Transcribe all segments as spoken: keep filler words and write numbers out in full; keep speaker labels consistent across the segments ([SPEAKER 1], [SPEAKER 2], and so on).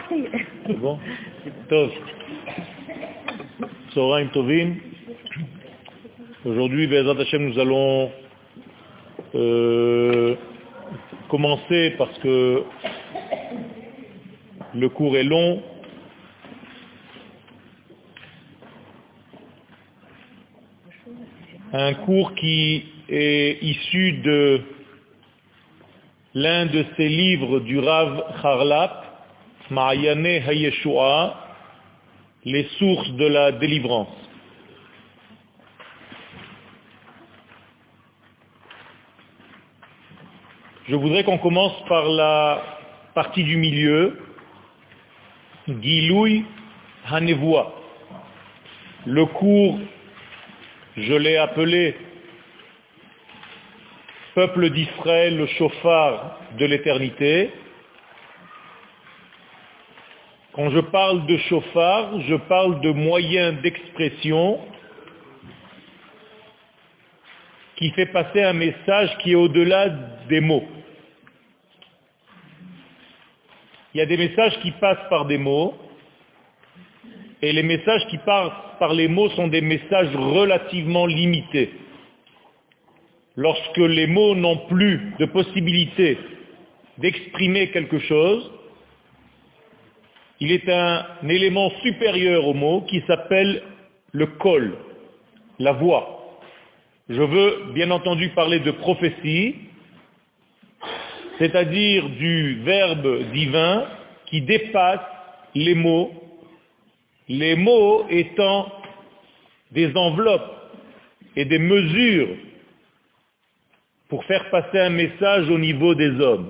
[SPEAKER 1] C'est bon? Tov. Tzoraim Tovim. Aujourd'hui, Be'ezrat Hashem, nous allons euh, commencer parce que le cours est long. Un cours qui est issu de l'un de ces livres du Rav Harlap, Ma'ayane Hayeshua, les sources de la délivrance. Je voudrais qu'on commence par la partie du milieu, Giloui Hanevoua. Le cours, je l'ai appelé Peuple d'Israël, le chauffard de l'éternité. Quand je parle de chauffard, je parle de moyen d'expression qui fait passer un message qui est au-delà des mots. Il y a des messages qui passent par des mots, et les messages qui passent par les mots sont des messages relativement limités. Lorsque les mots n'ont plus de possibilité d'exprimer quelque chose, il est un élément supérieur aux mots qui s'appelle le kol, la voix. Je veux bien entendu parler de prophétie, c'est-à-dire du verbe divin qui dépasse les mots, les mots étant des enveloppes et des mesures pour faire passer un message au niveau des hommes.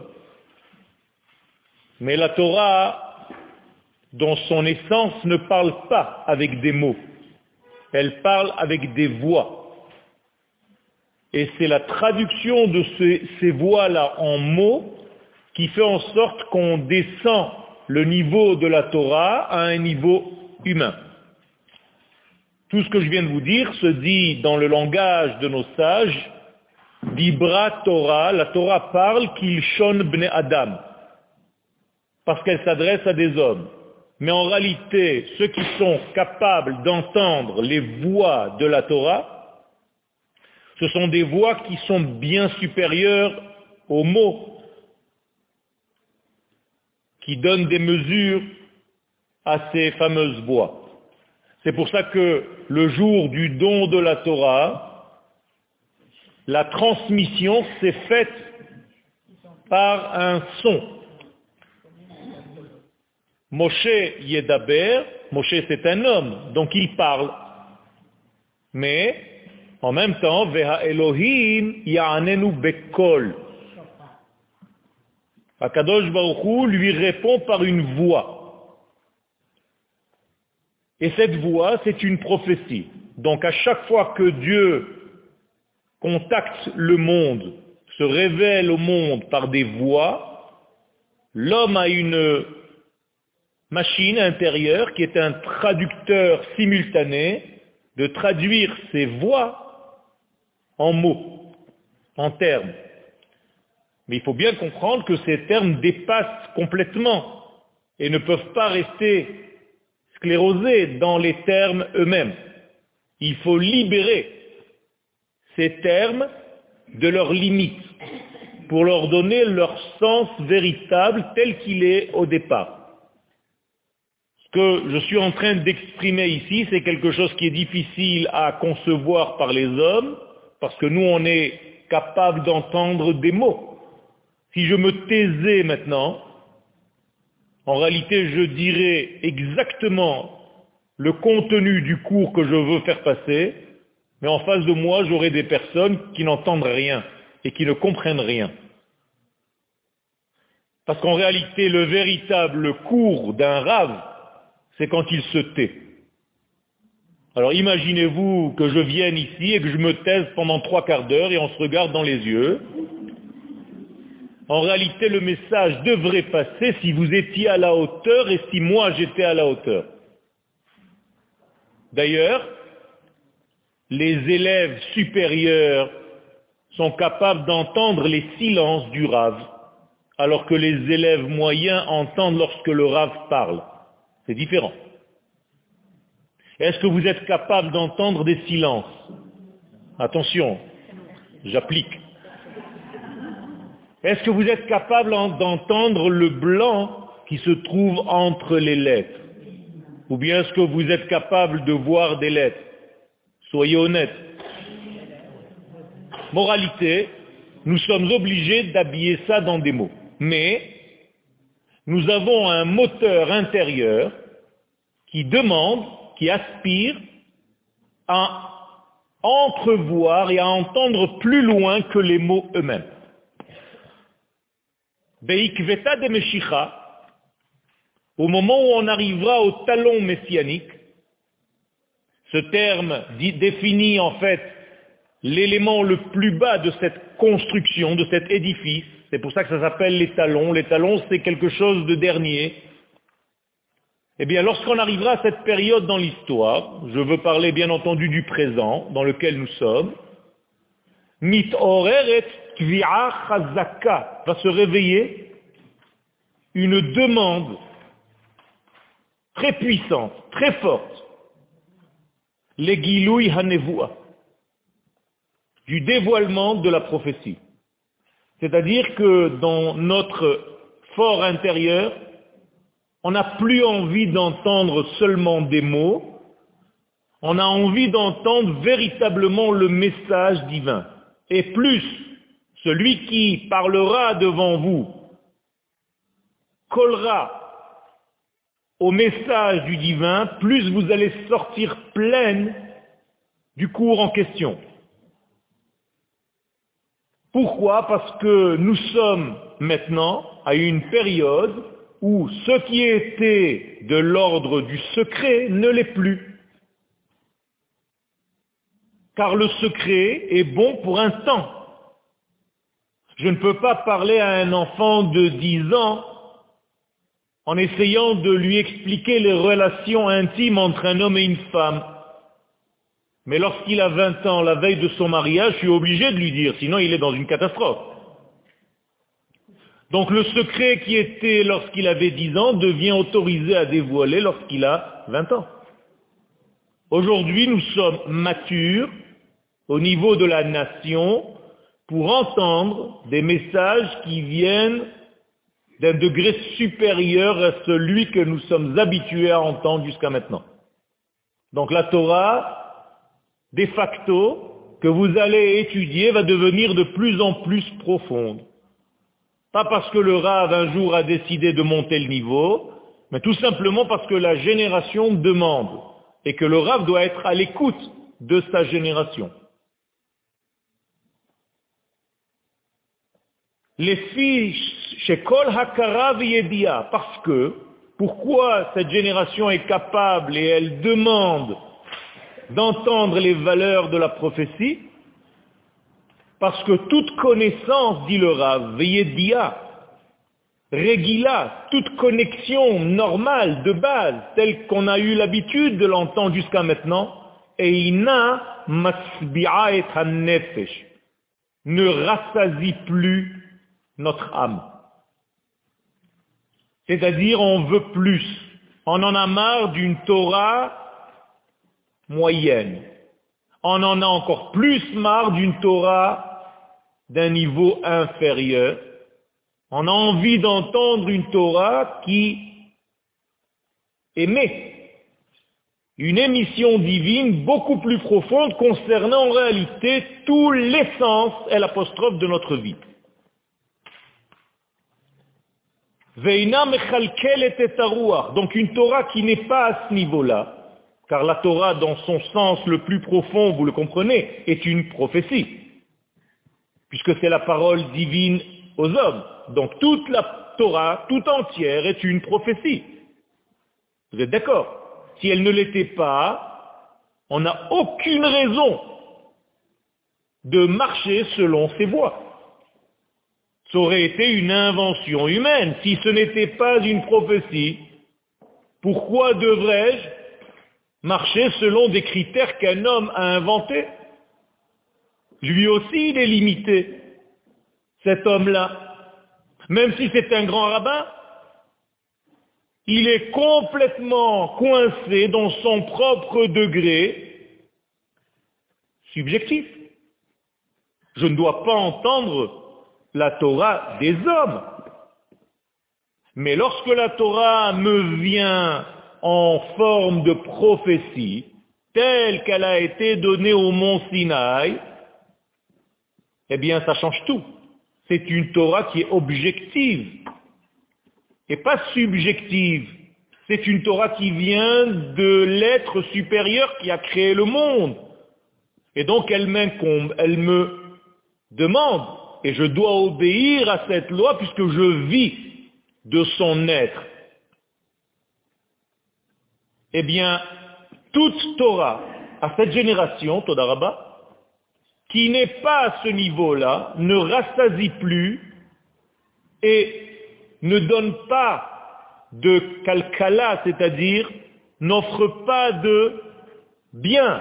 [SPEAKER 1] Mais la Torah, dans son essence, ne parle pas avec des mots. Elle parle avec des voix. Et c'est la traduction de ces, ces voix-là en mots qui fait en sorte qu'on descend le niveau de la Torah à un niveau humain. Tout ce que je viens de vous dire se dit dans le langage de nos sages, Dibra Torah, la Torah parle qu'il shon bnei Adam, parce qu'elle s'adresse à des hommes. Mais en réalité, ceux qui sont capables d'entendre les voix de la Torah, ce sont des voix qui sont bien supérieures aux mots, qui donnent des mesures à ces fameuses voix. C'est pour ça que le jour du don de la Torah, la transmission s'est faite par un son. Moshe Yedaber, Moshe c'est un homme, donc il parle. Mais, en même temps, Veha Elohim Ya'anenu Bekol. Akadosh Baruch Hu lui répond par une voix. Et cette voix, c'est une prophétie. Donc à chaque fois que Dieu contacte le monde, se révèle au monde par des voix, l'homme a une machine intérieure qui est un traducteur simultané de traduire ces voix en mots, en termes. Mais il faut bien comprendre que ces termes dépassent complètement et ne peuvent pas rester sclérosés dans les termes eux-mêmes. Il faut libérer ces termes de leurs limites pour leur donner leur sens véritable tel qu'il est au départ. Ce que je suis en train d'exprimer ici, c'est quelque chose qui est difficile à concevoir par les hommes, parce que nous, on est capable d'entendre des mots. Si je me taisais maintenant, en réalité, je dirais exactement le contenu du cours que je veux faire passer, mais en face de moi, j'aurai des personnes qui n'entendent rien et qui ne comprennent rien. Parce qu'en réalité, le véritable cours d'un rave, c'est quand il se tait. Alors imaginez-vous que je vienne ici et que je me taise pendant trois quarts d'heure et on se regarde dans les yeux. En réalité, le message devrait passer si vous étiez à la hauteur et si moi j'étais à la hauteur. D'ailleurs, les élèves supérieurs sont capables d'entendre les silences du rave. alors que les élèves moyens entendent lorsque le Rav parle. C'est différent. Est-ce que vous êtes capable d'entendre des silences? Attention, j'applique. Est-ce que vous êtes capable d'entendre le blanc qui se trouve entre les lettres? Ou bien est-ce que vous êtes capable de voir des lettres? Soyez honnête. Moralité, nous sommes obligés d'habiller ça dans des mots. Mais nous avons un moteur intérieur qui demande, qui aspire à entrevoir et à entendre plus loin que les mots eux-mêmes. Beikveta de Meshicha, au moment où on arrivera au talon messianique, ce terme dit, définit en fait l'élément le plus bas de cette construction, de cet édifice. C'est pour ça que ça s'appelle les talons. Les talons, c'est quelque chose de dernier. Eh bien, lorsqu'on arrivera à cette période dans l'histoire, je veux parler bien entendu du présent dans lequel nous sommes, Mit'oreret Kvi'a Chazaka va se réveiller une demande très puissante, très forte, les Giloui Hanevoua, du dévoilement de la prophétie. C'est-à-dire que dans notre fort intérieur, on n'a plus envie d'entendre seulement des mots, on a envie d'entendre véritablement le message divin. Et plus celui qui parlera devant vous collera au message du divin, plus vous allez sortir pleine du cours en question. Pourquoi? Parce que nous sommes maintenant à une période où ce qui était de l'ordre du secret ne l'est plus. Car le secret est bon pour un temps. Je ne peux pas parler à un enfant de dix ans en essayant de lui expliquer les relations intimes entre un homme et une femme. Mais lorsqu'il a vingt ans, la veille de son mariage, je suis obligé de lui dire, sinon il est dans une catastrophe. Donc le secret qui était lorsqu'il avait dix ans devient autorisé à dévoiler lorsqu'il a vingt ans. Aujourd'hui, nous sommes matures au niveau de la nation pour entendre des messages qui viennent d'un degré supérieur à celui que nous sommes habitués à entendre jusqu'à maintenant. Donc la Torah, de facto, que vous allez étudier, va devenir de plus en plus profonde. Pas parce que le Rav un jour a décidé de monter le niveau, mais tout simplement parce que la génération demande, et que le Rav doit être à l'écoute de sa génération. Les filles chez Kol Hakara V'Yedia, parce que, pourquoi cette génération est capable et elle demande d'entendre les valeurs de la prophétie? Parce que toute connaissance, dit le Rav, V'Yedia, Régila, toute connexion normale, de base, telle qu'on a eu l'habitude de l'entendre jusqu'à maintenant, Eina Masbi'a et Hanefesh, ne rassasie plus notre âme. C'est-à-dire, on veut plus. On en a marre d'une Torah moyenne. On en a encore plus marre d'une Torah d'un niveau inférieur. On a envie d'entendre une Torah qui émet une émission divine beaucoup plus profonde concernant en réalité tout l'essence et l'apostrophe de notre vie. Veina mechalkelet et haruach, donc une Torah qui n'est pas à ce niveau-là, car la Torah dans son sens le plus profond, vous le comprenez, est une prophétie, puisque c'est la parole divine aux hommes. Donc toute la Torah, tout entière, est une prophétie. Vous êtes d'accord? Si elle ne l'était pas, on n'a aucune raison de marcher selon ses voies. Ça aurait été une invention humaine. Si ce n'était pas une prophétie, pourquoi devrais-je marcher selon des critères qu'un homme a inventés? Lui aussi, il est limité, cet homme-là. Même si c'est un grand rabbin, il est complètement coincé dans son propre degré subjectif. Je ne dois pas entendre la Torah des hommes. Mais lorsque la Torah me vient en forme de prophétie, telle qu'elle a été donnée au mont Sinaï, eh bien ça change tout. C'est une Torah qui est objective et pas subjective. C'est une Torah qui vient de l'être supérieur qui a créé le monde. Et donc elle m'incombe, elle me demande, et je dois obéir à cette loi puisque je vis de son être. Eh bien, toute Torah à cette génération, Toda Rabba, qui n'est pas à ce niveau-là, ne rassasie plus et ne donne pas de kalkala, c'est-à-dire n'offre pas de bien,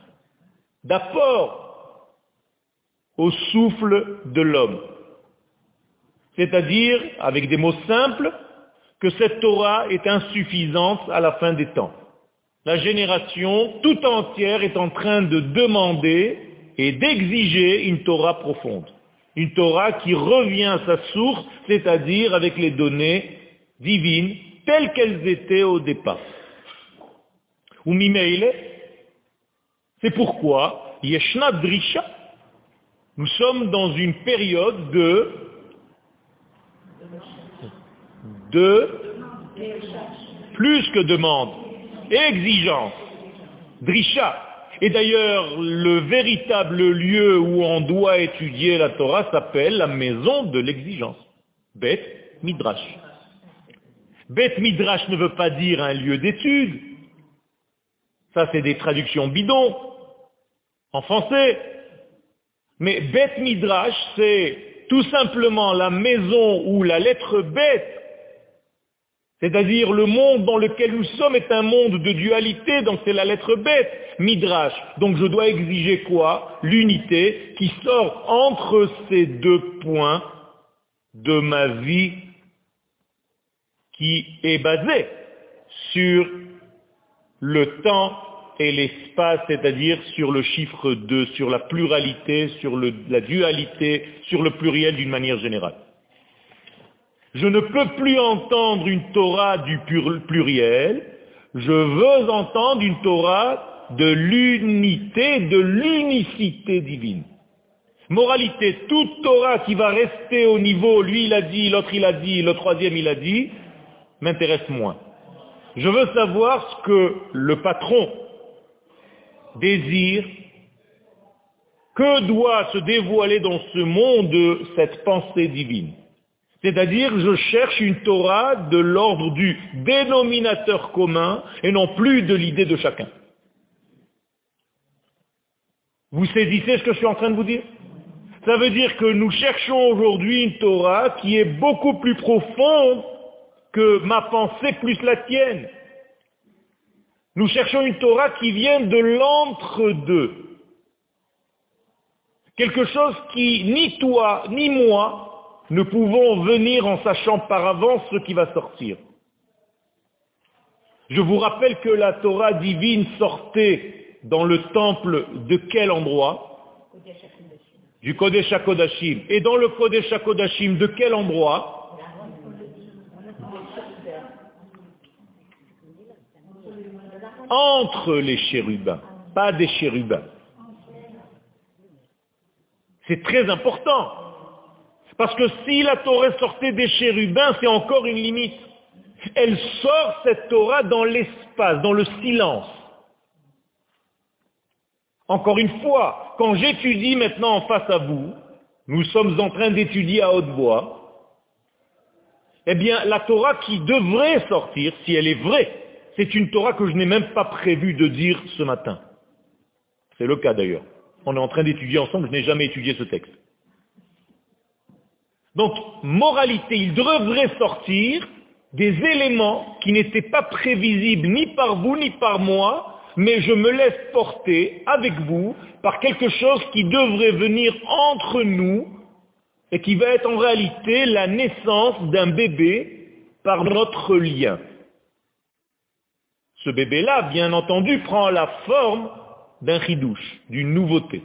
[SPEAKER 1] d'apport au souffle de l'homme. C'est-à-dire, avec des mots simples, que cette Torah est insuffisante à la fin des temps. La génération tout entière est en train de demander et d'exiger une Torah profonde. Une Torah qui revient à sa source, c'est-à-dire avec les données divines telles qu'elles étaient au départ. Ou mimeile, c'est pourquoi Yeshna Drisha, nous sommes dans une période de de plus que demande, exigence, Drisha. Et d'ailleurs, le véritable lieu où on doit étudier la Torah s'appelle la maison de l'exigence. Bet Midrash. Bet Midrash ne veut pas dire un lieu d'étude. Ça, c'est des traductions bidons en français. Mais Bet Midrash, c'est tout simplement la maison où la lettre Bet, c'est-à-dire le monde dans lequel nous sommes est un monde de dualité, donc c'est la lettre Bet, Midrash. Donc je dois exiger quoi? L'unité qui sort entre ces deux points de ma vie qui est basée sur le temps et l'espace, c'est-à-dire sur le chiffre deux, sur la pluralité, sur le, la dualité, sur le pluriel d'une manière générale. Je ne peux plus entendre une Torah du pluriel, je veux entendre une Torah de l'unité, de l'unicité divine. Moralité, toute Torah qui va rester au niveau, lui il a dit, l'autre il a dit, le troisième il a dit, m'intéresse moins. Je veux savoir ce que le patron désire, que doit se dévoiler dans ce monde cette pensée divine. C'est-à-dire, je cherche une Torah de l'ordre du dénominateur commun et non plus de l'idée de chacun. Vous saisissez ce que je suis en train de vous dire? Ça veut dire que nous cherchons aujourd'hui une Torah qui est beaucoup plus profonde que ma pensée plus la tienne. Nous cherchons une Torah qui vient de l'entre-deux. Quelque chose qui, ni toi, ni moi, ne pouvons venir en sachant par avance ce qui va sortir. Je vous rappelle que la Torah divine sortait dans le temple de quel endroit? Du Kodesh HaKodashim. Et dans le Kodesh HaKodashim, de quel endroit? Entre les chérubins, pas des chérubins. C'est très important. Parce que si la Torah sortait des chérubins, c'est encore une limite. Elle sort cette Torah dans l'espace, dans le silence. Encore une fois, quand j'étudie maintenant en face à vous, nous sommes en train d'étudier à haute voix, eh bien la Torah qui devrait sortir, si elle est vraie, c'est une Torah que je n'ai même pas prévu de dire ce matin. C'est le cas d'ailleurs. On est en train d'étudier ensemble, je n'ai jamais étudié ce texte. Donc, moralité, il devrait sortir des éléments qui n'étaient pas prévisibles ni par vous ni par moi, mais je me laisse porter avec vous par quelque chose qui devrait venir entre nous et qui va être en réalité la naissance d'un bébé par notre lien. Ce bébé-là, bien entendu, prend la forme d'un chidouche, d'une nouveauté.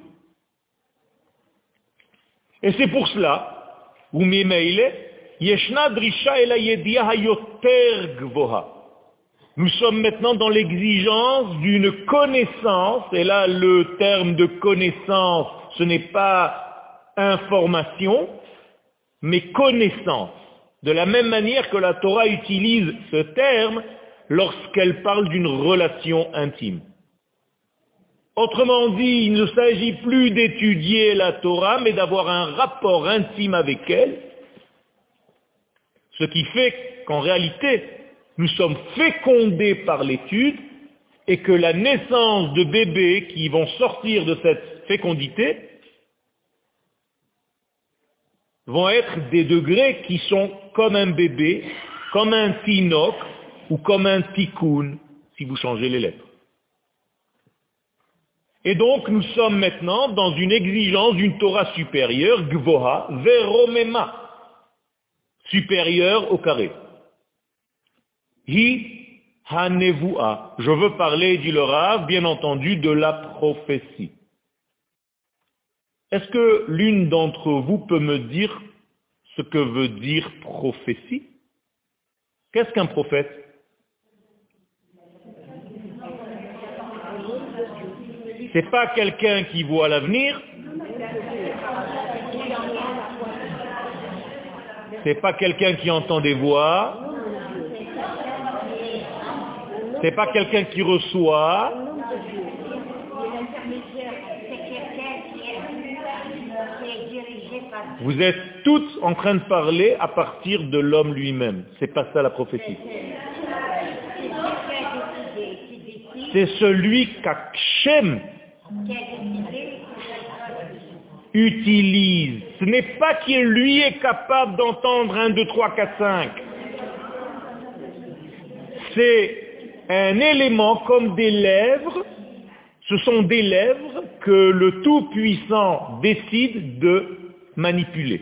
[SPEAKER 1] Et c'est pour cela, u'mimeile, yeshna drisha el hayediah hayoter gvoha. Nous sommes maintenant dans l'exigence d'une connaissance, et là le terme de connaissance, ce n'est pas information, mais connaissance. De la même manière que la Torah utilise ce terme lorsqu'elle parle d'une relation intime. Autrement dit, il ne s'agit plus d'étudier la Torah, mais d'avoir un rapport intime avec elle, ce qui fait qu'en réalité, nous sommes fécondés par l'étude et que la naissance de bébés qui vont sortir de cette fécondité vont être des degrés qui sont comme un bébé, comme un tinok ou comme un tikkun, si vous changez les lettres. Et donc nous sommes maintenant dans une exigence d'une Torah supérieure, gvoha, veromema, supérieure au carré. Hi hanevua. Je veux parler, dit le Rav, bien entendu, de la prophétie. Est-ce que l'une d'entre vous peut me dire ce que veut dire prophétie? Qu'est-ce qu'un prophète? C'est pas quelqu'un qui voit l'avenir. C'est pas quelqu'un qui entend des voix. C'est pas quelqu'un qui reçoit. Vous êtes toutes en train de parler à partir de l'homme lui-même. C'est pas ça la prophétie. C'est celui qu'Hachem utilise. Ce n'est pas qu'il lui est capable d'entendre un, deux, trois, quatre, cinq. C'est un élément comme des lèvres. Ce sont des lèvres que le Tout-Puissant décide de manipuler.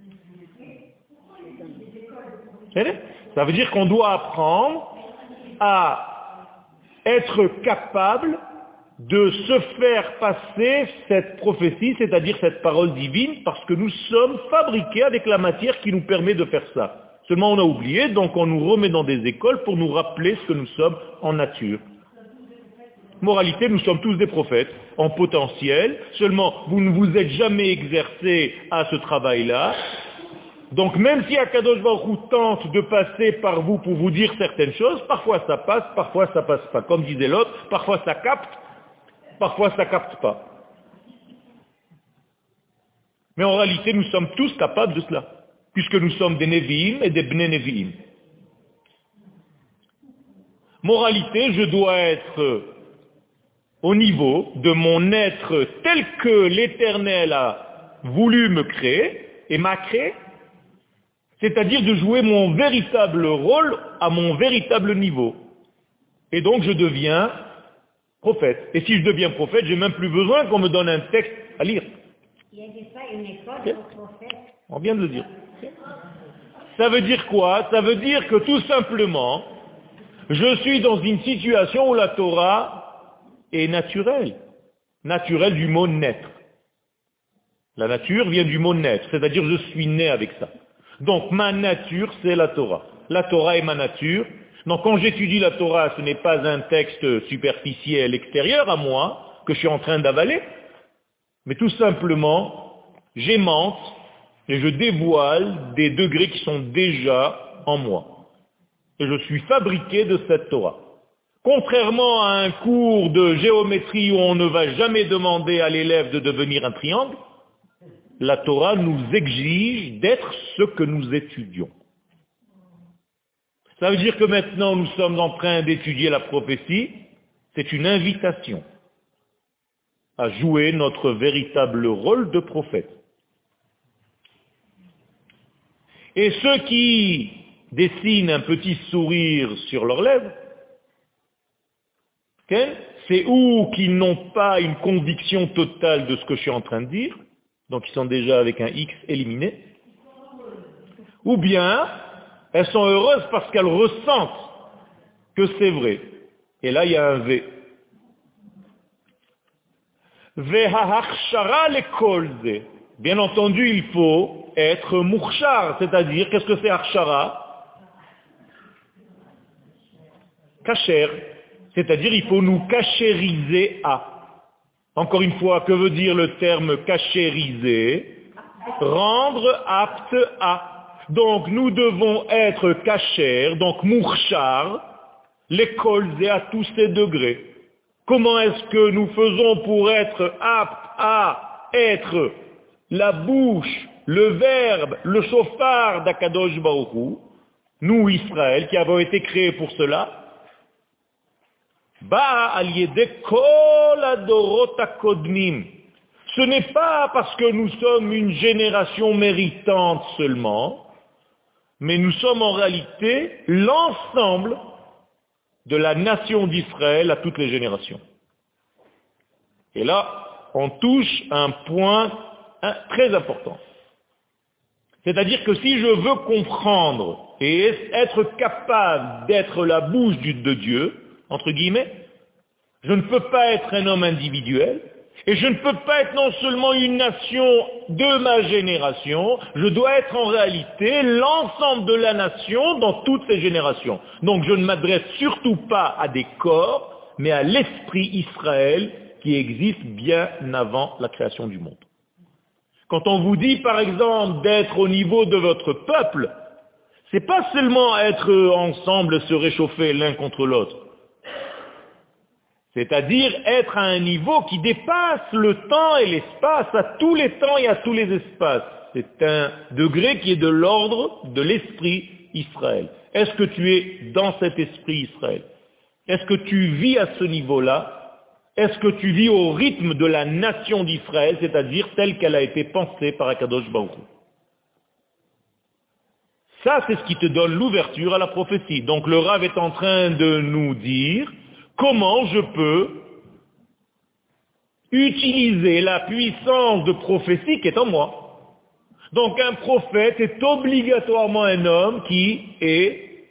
[SPEAKER 1] Ça veut dire qu'on doit apprendre à être capable de se faire passer cette prophétie, c'est-à-dire cette parole divine, parce que nous sommes fabriqués avec la matière qui nous permet de faire ça. Seulement on a oublié, donc on nous remet dans des écoles pour nous rappeler ce que nous sommes en nature. Moralité, nous sommes tous des prophètes, en potentiel, seulement vous ne vous êtes jamais exercé à ce travail-là. Donc même si Akadosh Baruch Hu tente de passer par vous pour vous dire certaines choses, parfois ça passe, parfois ça passe pas. Comme disait l'autre, parfois ça capte, parfois ça capte pas. Mais en réalité, nous sommes tous capables de cela, puisque nous sommes des Nevi'im et des Bnei Nevi'im. Moralité, je dois être au niveau de mon être tel que l'Éternel a voulu me créer et m'a créé, c'est-à-dire de jouer mon véritable rôle à mon véritable niveau. Et donc je deviens prophète. Et si je deviens prophète, j'ai même plus besoin qu'on me donne un texte à lire.
[SPEAKER 2] Il y a des fois une école
[SPEAKER 1] Okay.
[SPEAKER 2] pour prophète.
[SPEAKER 1] On vient de le dire. Ça veut dire quoi? Ça veut dire que tout simplement, je suis dans une situation où la Torah est naturelle. Naturelle du mot naître. La nature vient du mot naître, c'est-à-dire je suis né avec ça. Donc ma nature, c'est la Torah. La Torah est ma nature. Donc quand j'étudie la Torah, ce n'est pas un texte superficiel extérieur à moi, que je suis en train d'avaler, mais tout simplement, j'aimante et je dévoile des degrés qui sont déjà en moi. Et je suis fabriqué de cette Torah. Contrairement à un cours de géométrie où on ne va jamais demander à l'élève de devenir un triangle, la Torah nous exige d'être ce que nous étudions. Ça veut dire que maintenant nous sommes en train d'étudier la prophétie, c'est une invitation à jouer notre véritable rôle de prophète. Et ceux qui dessinent un petit sourire sur leurs lèvres, c'est ou qu'ils n'ont pas une conviction totale de ce que je suis en train de dire, donc ils sont déjà avec un X éliminé, ou bien elles sont heureuses parce qu'elles ressentent que c'est vrai. Et là, il y a un V. Vehahachshara lekolze. Bien entendu, il faut être mouchar, c'est-à-dire, qu'est-ce que c'est achshara? Kacher. C'est-à-dire, il faut nous cachériser à. Encore une fois, que veut dire le terme cachériser? Rendre apte à. Donc, nous devons être kacher, donc mouchar, l'école à tous ces degrés. Comment est-ce que nous faisons pour être aptes à être la bouche, le verbe, le chauffard d'Akadosh Baruch Hu, nous Israël, qui avons été créés pour cela? Ba al yedei kol adorot hakodmim. Ce n'est pas parce que nous sommes une génération méritante seulement, mais nous sommes en réalité l'ensemble de la nation d'Israël à toutes les générations. Et là, on touche un point un, très important. C'est-à-dire que si je veux comprendre et être capable d'être la bouche de Dieu, entre guillemets, je ne peux pas être un homme individuel, et je ne peux pas être non seulement une nation de ma génération, je dois être en réalité l'ensemble de la nation dans toutes ces générations. Donc je ne m'adresse surtout pas à des corps, mais à l'esprit Israël qui existe bien avant la création du monde. Quand on vous dit par exemple d'être au niveau de votre peuple, c'est pas seulement être ensemble, se réchauffer l'un contre l'autre. C'est-à-dire être à un niveau qui dépasse le temps et l'espace, à tous les temps et à tous les espaces. C'est un degré qui est de l'ordre de l'esprit Israël. Est-ce que tu es dans cet esprit Israël? Est-ce que tu vis à ce niveau-là? Est-ce que tu vis au rythme de la nation d'Israël, c'est-à-dire telle qu'elle a été pensée par Akadosh Baruch Hu? Ça, c'est ce qui te donne l'ouverture à la prophétie. Donc le Rav est en train de nous dire comment je peux utiliser la puissance de prophétie qui est en moi. Donc un prophète est obligatoirement un homme qui est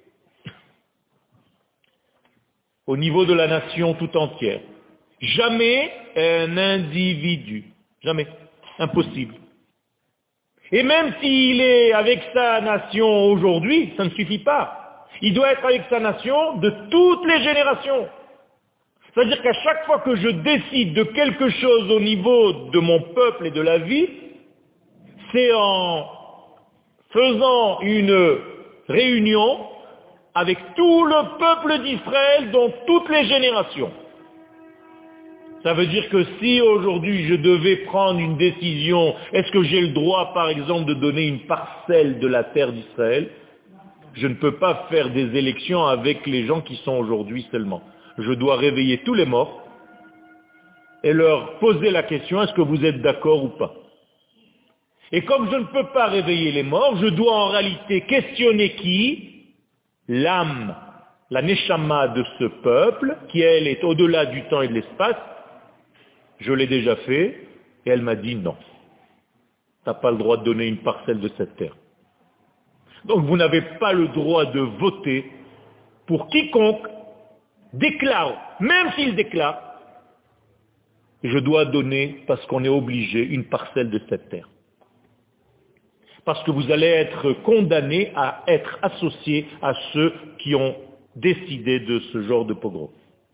[SPEAKER 1] au niveau de la nation tout entière. Jamais un individu. Jamais. Impossible. Et même s'il est avec sa nation aujourd'hui, ça ne suffit pas. Il doit être avec sa nation de toutes les générations. C'est-à-dire qu'à chaque fois que je décide de quelque chose au niveau de mon peuple et de la vie, c'est en faisant une réunion avec tout le peuple d'Israël dans toutes les générations. Ça veut dire que si aujourd'hui je devais prendre une décision, est-ce que j'ai le droit par exemple de donner une parcelle de la terre d'Israël? Je ne peux pas faire des élections avec les gens qui sont aujourd'hui seulement. Je dois réveiller tous les morts et leur poser la question, est-ce que vous êtes d'accord ou pas? Et comme je ne peux pas réveiller les morts, je dois en réalité questionner qui? L'âme, la neshama de ce peuple, qui elle est au-delà du temps et de l'espace. Je l'ai déjà fait, et elle m'a dit non. Tu n'as pas le droit de donner une parcelle de cette terre. Donc vous n'avez pas le droit de voter pour quiconque déclare, même s'il déclare, je dois donner, parce qu'on est obligé, une parcelle de cette terre. Parce que vous allez être condamné à être associé à ceux qui ont décidé de ce genre de pogrom.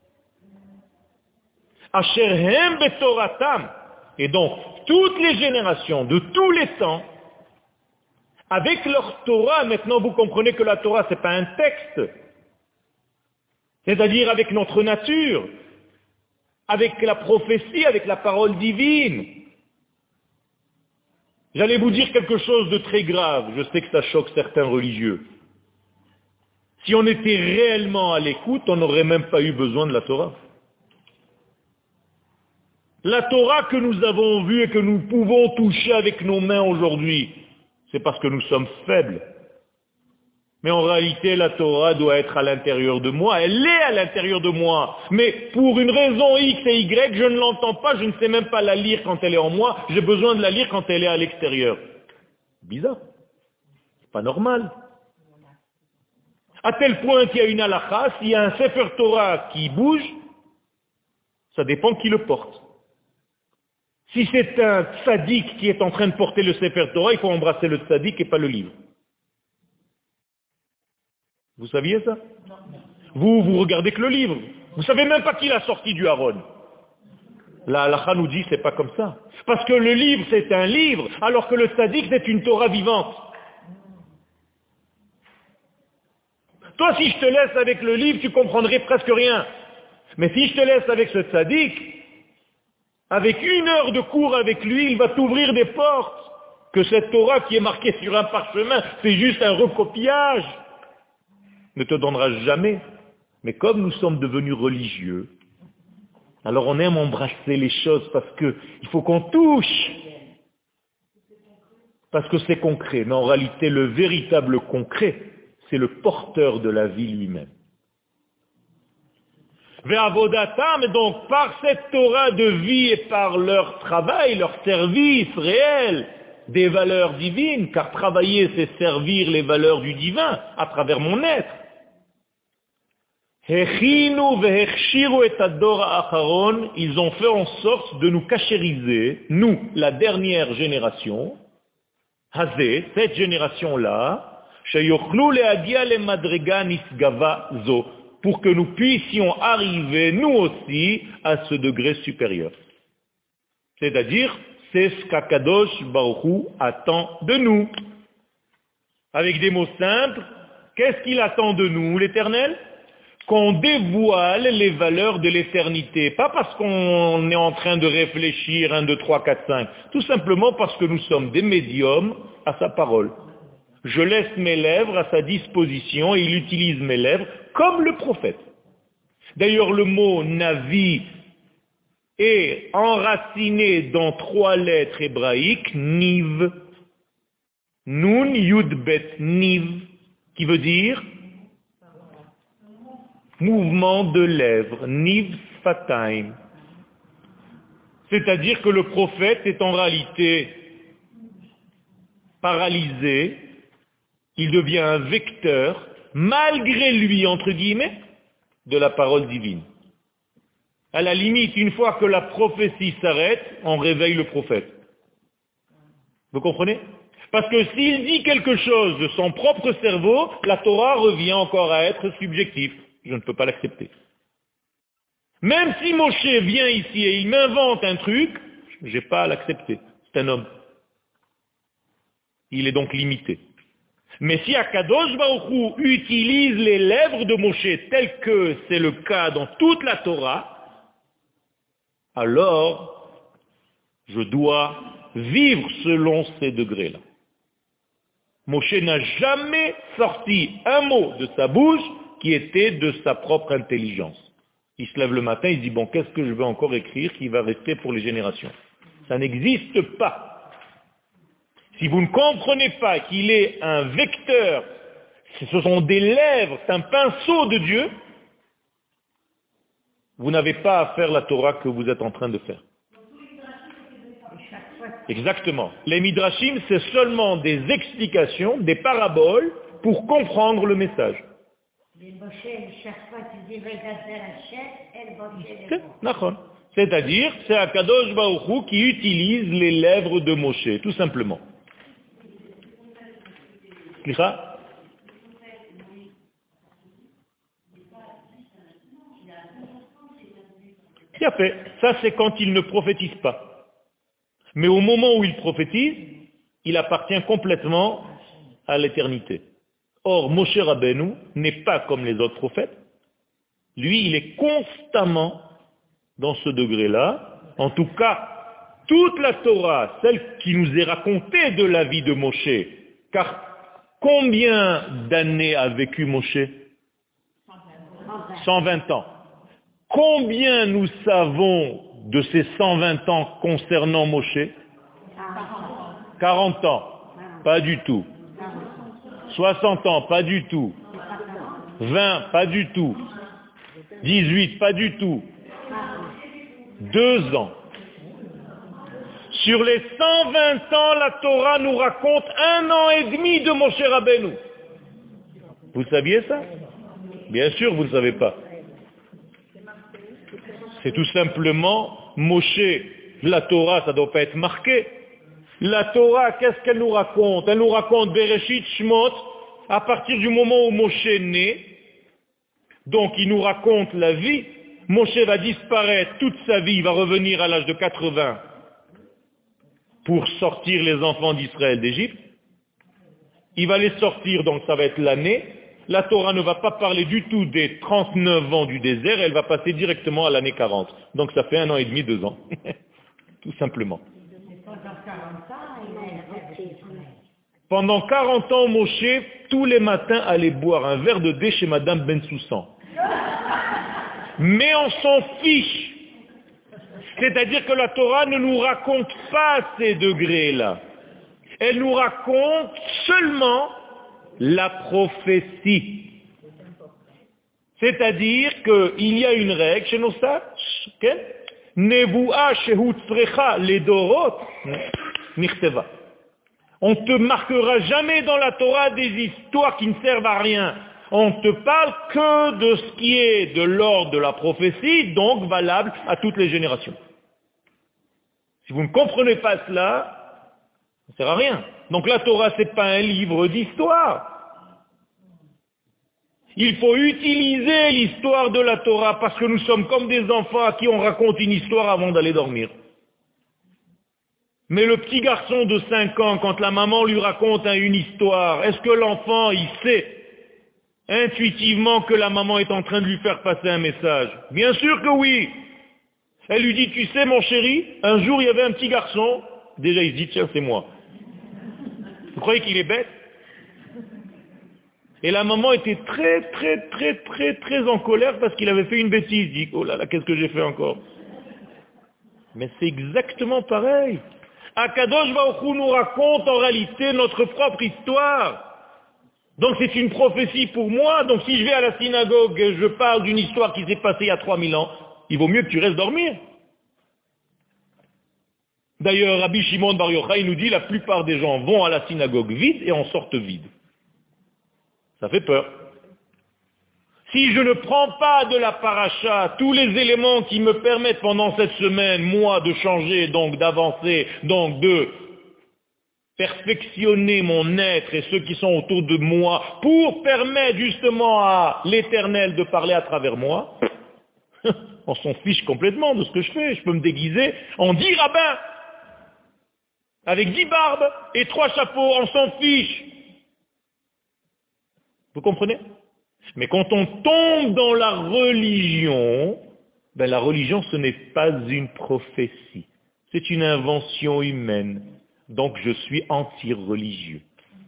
[SPEAKER 1] Asherhem betoratam. Et donc, toutes les générations, de tous les temps, avec leur Torah, maintenant vous comprenez que la Torah, ce n'est pas un texte, c'est-à-dire avec notre nature, avec la prophétie, avec la parole divine. J'allais vous dire quelque chose de très grave, je sais que ça choque certains religieux. Si on était réellement à l'écoute, on n'aurait même pas eu besoin de la Torah. La Torah que nous avons vue et que nous pouvons toucher avec nos mains aujourd'hui, c'est parce que nous sommes faibles. Mais en réalité, la Torah doit être à l'intérieur de moi. Elle est à l'intérieur de moi. Mais pour une raison X et Y, je ne l'entends pas, je ne sais même pas la lire quand elle est en moi. J'ai besoin de la lire quand elle est à l'extérieur. Bizarre. Pas normal. À tel point qu'il y a une halakha, s'il y a un Sefer Torah qui bouge, ça dépend qui le porte. Si c'est un tzaddik qui est en train de porter le Sefer Torah, il faut embrasser le tzaddik et pas le livre. Vous saviez ça? Vous, vous regardez que le livre. Vous savez même pas qui l'a sorti du Haron. La halakha nous dit c'est pas comme ça. Parce que le livre c'est un livre, alors que le tzaddik c'est une Torah vivante. Toi, si je te laisse avec le livre, tu comprendrais presque rien. Mais si je te laisse avec ce tzaddik, avec une heure de cours avec lui, il va t'ouvrir des portes. Que cette Torah qui est marquée sur un parchemin, c'est juste un recopiage. Ne te donnera jamais. Mais comme nous sommes devenus religieux, alors on aime embrasser les choses parce que il faut qu'on touche. Parce que c'est concret. Mais en réalité, le véritable concret, c'est le porteur de la vie lui-même. Ve'avodatam, donc par cette Torah de vie et par leur travail, leur service réel des valeurs divines, car travailler c'est servir les valeurs du divin à travers mon être. Hechinu ve'hechshiru et ador acharon, ils ont fait en sorte de nous cachériser, nous, la dernière génération, Hazé, cette génération-là, pour que nous puissions arriver, nous aussi, à ce degré supérieur. C'est-à-dire, c'est ce qu'Akadosh Baruch Hu attend de nous. Avec des mots simples, qu'est-ce qu'il attend de nous, l'Éternel? Qu'on dévoile les valeurs de l'éternité. Pas parce qu'on est en train de réfléchir, un, deux, trois, quatre, cinq. Tout simplement parce que nous sommes des médiums à sa parole. Je laisse mes lèvres à sa disposition et il utilise mes lèvres comme le prophète. D'ailleurs, le mot Navi est enraciné dans trois lettres hébraïques, Niv, Nun, Yud, Bet, Niv, qui veut dire mouvement de lèvres, Niv Sfataim. C'est-à-dire que le prophète est en réalité paralysé. Il devient un vecteur, malgré lui, entre guillemets, de la parole divine. À la limite, une fois que la prophétie s'arrête, on réveille le prophète. Vous comprenez? Parce que s'il dit quelque chose de son propre cerveau, la Torah revient encore à être subjective. Je ne peux pas l'accepter. Même si Moshe vient ici et il m'invente un truc, je n'ai pas à l'accepter. C'est un homme. Il est donc limité. Mais si Akadosh Baruch Hu utilise les lèvres de Moshe tel que c'est le cas dans toute la Torah, alors je dois vivre selon ces degrés-là. Moshe n'a jamais sorti un mot de sa bouche qui était de sa propre intelligence. Il se lève le matin, il se dit, bon, qu'est-ce que je vais encore écrire qui va rester pour les générations? Ça n'existe pas. Si vous ne comprenez pas qu'il est un vecteur, ce sont des lèvres, c'est un pinceau de Dieu, vous n'avez pas à faire la Torah que vous êtes en train de faire. Exactement. Les midrashim, c'est seulement des explications, des paraboles, pour comprendre le message. C'est-à-dire, c'est Akadosh Baruch Hu qui utilise les lèvres de Moshe, tout simplement. Slicha? Bien fait. Ça, c'est quand il ne prophétise pas. Mais au moment où il prophétise, il appartient complètement à l'éternité. Or, Moshe Rabbeinu n'est pas comme les autres prophètes. Lui, il est constamment dans ce degré-là. En tout cas, toute la Torah, celle qui nous est racontée de la vie de Moshe, car combien d'années a vécu Moshe? cent vingt ans. Combien nous savons de ces cent vingt ans concernant Moshe? quarante ans. Pas du tout. soixante ans, pas du tout. vingt, pas du tout. dix-huit, pas du tout. Deux ans. Sur les cent vingt ans, la Torah nous raconte un an et demi de Moshe Rabbeinu. Vous saviez ça? Bien sûr, vous ne le savez pas. C'est tout simplement Moshe, la Torah, ça ne doit pas être marqué. La Torah, qu'est-ce qu'elle nous raconte? Elle nous raconte Bereshit Shmot, à partir du moment où Moshe naît. Donc il nous raconte la vie. Moshe va disparaître toute sa vie, il va revenir à l'âge de quatre-vingts pour sortir les enfants d'Israël d'Égypte. Il va les sortir, donc ça va être l'année. La Torah ne va pas parler du tout des trente-neuf ans du désert, elle va passer directement à l'année quarante. Donc ça fait un an et demi, deux ans. Tout simplement. Pendant quarante ans, Moshe, tous les matins, allait boire un verre de thé chez Madame Ben Soussan. Mais on s'en fiche. C'est-à-dire que la Torah ne nous raconte pas ces degrés-là. Elle nous raconte seulement la prophétie. C'est-à-dire qu'il y a une règle chez nos sages, Nevuah shehu tzrecha ledorot nichteva. On ne te marquera jamais dans la Torah des histoires qui ne servent à rien. On ne te parle que de ce qui est de l'ordre de la prophétie, donc valable à toutes les générations. Si vous ne comprenez pas cela, ça ne sert à rien. Donc la Torah, ce n'est pas un livre d'histoire. Il faut utiliser l'histoire de la Torah parce que nous sommes comme des enfants à qui on raconte une histoire avant d'aller dormir. Mais le petit garçon de cinq ans, quand la maman lui raconte une histoire, est-ce que l'enfant, il sait intuitivement que la maman est en train de lui faire passer un message? Bien sûr que oui. Elle lui dit, tu sais mon chéri, un jour il y avait un petit garçon, déjà il se dit, tiens c'est moi. Vous croyez qu'il est bête? Et la maman était très très très très très en colère parce qu'il avait fait une bêtise. Il dit, oh là là, qu'est-ce que j'ai fait encore? Mais c'est exactement pareil. Akadosh Baruch Hu nous raconte en réalité notre propre histoire. Donc c'est une prophétie pour moi. Donc si je vais à la synagogue et je parle d'une histoire qui s'est passée il y a trois mille ans, il vaut mieux que tu restes dormir. D'ailleurs, Rabbi Shimon Bar Yochai nous dit la plupart des gens vont à la synagogue vide et en sortent vide. Ça fait peur. Si je ne prends pas de la paracha tous les éléments qui me permettent pendant cette semaine, moi, de changer, donc d'avancer, donc de perfectionner mon être et ceux qui sont autour de moi pour permettre justement à l'Éternel de parler à travers moi, on s'en fiche complètement de ce que je fais. Je peux me déguiser en dix rabbins, avec dix barbes et trois chapeaux, on s'en fiche. Vous comprenez? Mais quand on tombe dans la religion, ben la religion ce n'est pas une prophétie, c'est une invention humaine. Donc je suis anti-religieux.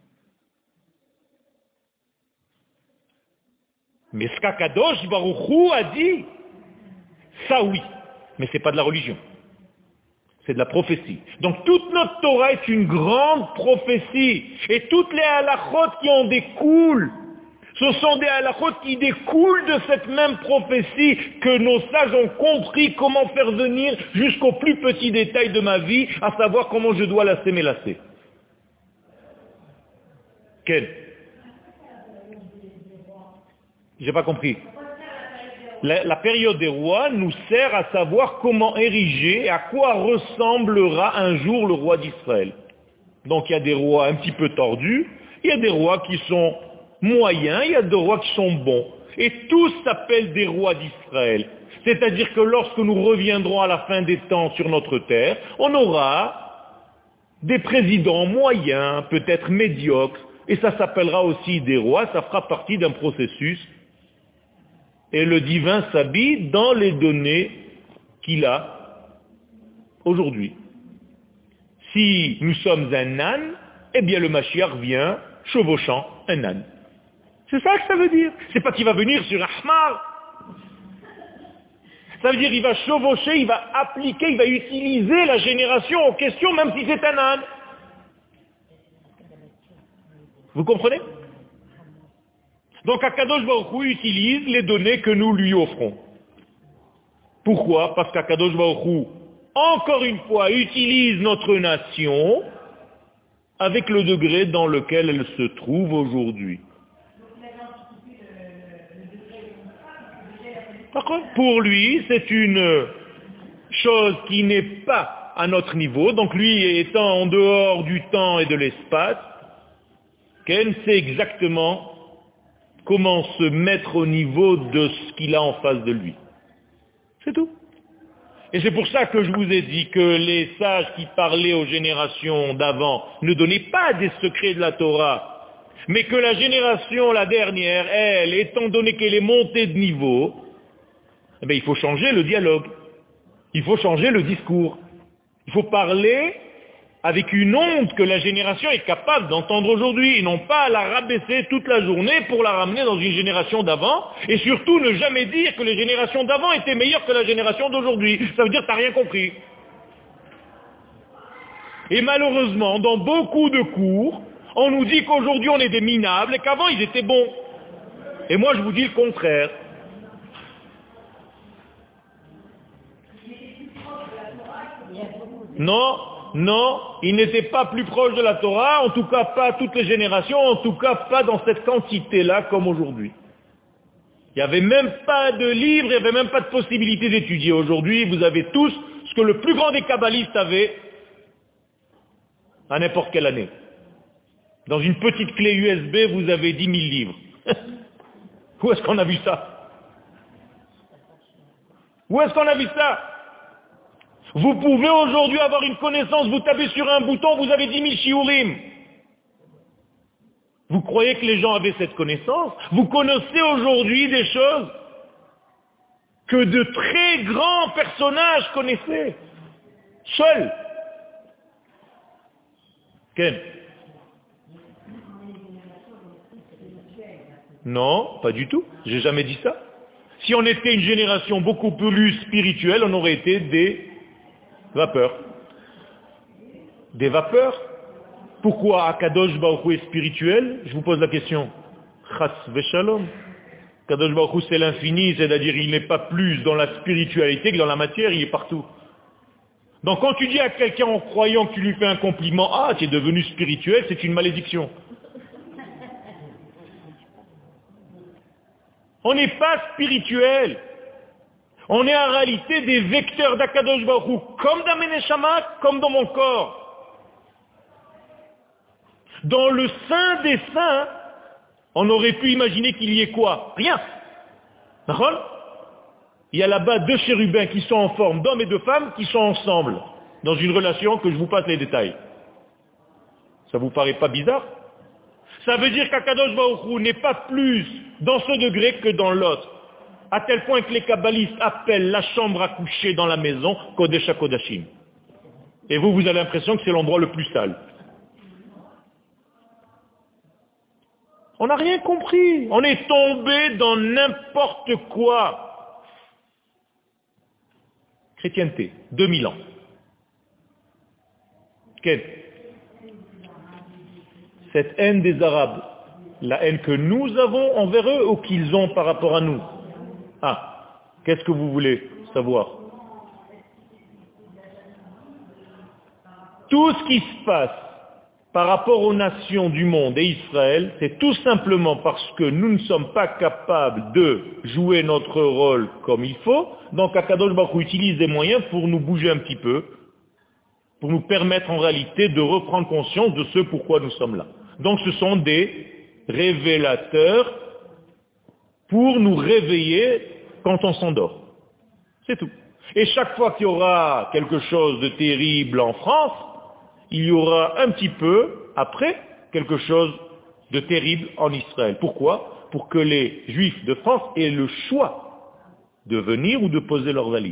[SPEAKER 1] Mais ce qu'Akadosh Baruch Hu a dit, ça oui, mais ce n'est pas de la religion. C'est de la prophétie. Donc toute notre Torah est une grande prophétie. Et toutes les halachot qui en découlent, ce sont des halachot qui découlent de cette même prophétie que nos sages ont compris comment faire venir jusqu'au plus petit détail de ma vie, à savoir comment je dois lasser mes lacets. Quel? J'ai pas compris. La, la période des rois nous sert à savoir comment ériger et à quoi ressemblera un jour le roi d'Israël. Donc il y a des rois un petit peu tordus, il y a des rois qui sont moyens, il y a des rois qui sont bons. Et tous s'appellent des rois d'Israël. C'est-à-dire que lorsque nous reviendrons à la fin des temps sur notre terre, on aura des présidents moyens, peut-être médiocres, et ça s'appellera aussi des rois, ça fera partie d'un processus. Et le divin s'habille dans les données qu'il a aujourd'hui. Si nous sommes un âne, eh bien le Mashiach vient chevauchant un âne. C'est ça que ça veut dire. C'est pas qu'il va venir sur Ahmar. Ça veut dire qu'il va chevaucher, il va appliquer, il va utiliser la génération en question, même si c'est un âne. Vous comprenez? Donc Akadosh Baruch Hu utilise les données que nous lui offrons. Pourquoi? Parce qu'Akadosh Baruch Hu, encore une fois, utilise notre nation avec le degré dans lequel elle se trouve aujourd'hui. Pour lui, c'est une chose qui n'est pas à notre niveau, donc lui étant en dehors du temps et de l'espace, Ken sait exactement comment se mettre au niveau de ce qu'il a en face de lui. C'est tout. Et c'est pour ça que je vous ai dit que les sages qui parlaient aux générations d'avant ne donnaient pas des secrets de la Torah, mais que la génération, la dernière, elle, étant donné qu'elle est montée de niveau, eh bien, il faut changer le dialogue. Il faut changer le discours. Il faut parler avec une onde que la génération est capable d'entendre aujourd'hui, et non pas la rabaisser toute la journée pour la ramener dans une génération d'avant, et surtout ne jamais dire que les générations d'avant étaient meilleures que la génération d'aujourd'hui. Ça veut dire que tu n'as rien compris. Et malheureusement, dans beaucoup de cours, on nous dit qu'aujourd'hui on est des minables, et qu'avant ils étaient bons. Et moi je vous dis le contraire. Non, non, ils n'étaient pas plus proches de la Torah, en tout cas pas toutes les générations, en tout cas pas dans cette quantité-là comme aujourd'hui. Il n'y avait même pas de livre, il n'y avait même pas de possibilité d'étudier. Aujourd'hui, vous avez tous ce que le plus grand des kabbalistes avait à n'importe quelle année. Dans une petite clé U S B, vous avez dix mille livres. Où est-ce qu'on a vu ça? Où est-ce qu'on a vu ça? Vous pouvez aujourd'hui avoir une connaissance, vous tapez sur un bouton, vous avez dix mille shiurim. Vous croyez que les gens avaient cette connaissance? Vous connaissez aujourd'hui des choses que de très grands personnages connaissaient. Seuls. Ken? Non, pas du tout. J'ai jamais dit ça. Si on était une génération beaucoup plus spirituelle, on aurait été des vapeurs. Des vapeurs. Pourquoi Akadosh Baruch Hu est spirituel? Je vous pose la question. Chas v'shalom. Akadosh Baruch Hu c'est l'infini, c'est-à-dire il n'est pas plus dans la spiritualité que dans la matière, il est partout. Donc quand tu dis à quelqu'un en croyant que tu lui fais un compliment, ah tu es devenu spirituel, c'est une malédiction. On n'est pas spirituel. On est en réalité des vecteurs d'Akadosh Baruch Hu, comme dans mes neshamas, comme dans mon corps. Dans le sein des saints, on aurait pu imaginer qu'il y ait quoi? Rien. Il y a là-bas deux chérubins qui sont en forme d'hommes et de femmes qui sont ensemble, dans une relation que je vous passe les détails. Ça vous paraît pas bizarre? Ça veut dire qu'Akadosh Baruch Hu n'est pas plus dans ce degré que dans l'autre. À tel point que les kabbalistes appellent la chambre à coucher dans la maison Kodesh HaKodashim. Et vous, vous avez l'impression que c'est l'endroit le plus sale. On n'a rien compris. On est tombé dans n'importe quoi. Chrétienté, deux mille ans. Quelle? Cette haine des Arabes, la haine que nous avons envers eux ou qu'ils ont par rapport à nous? Ah, qu'est-ce que vous voulez savoir? Tout ce qui se passe par rapport aux nations du monde et Israël, c'est tout simplement parce que nous ne sommes pas capables de jouer notre rôle comme il faut. Donc Akadosh Baruch Hu utilise des moyens pour nous bouger un petit peu, pour nous permettre en réalité de reprendre conscience de ce pourquoi nous sommes là. Donc ce sont des révélateurs pour nous réveiller quand on s'endort. C'est tout. Et chaque fois qu'il y aura quelque chose de terrible en France, il y aura un petit peu, après, quelque chose de terrible en Israël. Pourquoi? Pour que les Juifs de France aient le choix de venir ou de poser leurs valises.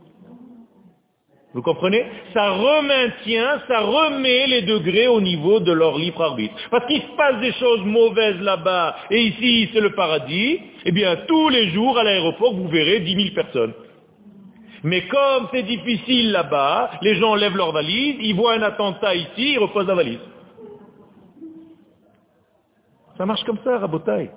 [SPEAKER 1] Vous comprenez? Ça remaintient, ça remet les degrés au niveau de leur libre arbitre. Parce qu'il se passe des choses mauvaises là-bas, et ici c'est le paradis, eh bien tous les jours à l'aéroport vous verrez dix mille personnes. Mais comme c'est difficile là-bas, les gens lèvent leurs valises, ils voient un attentat ici, ils reposent la valise. Ça marche comme ça, Rabotai.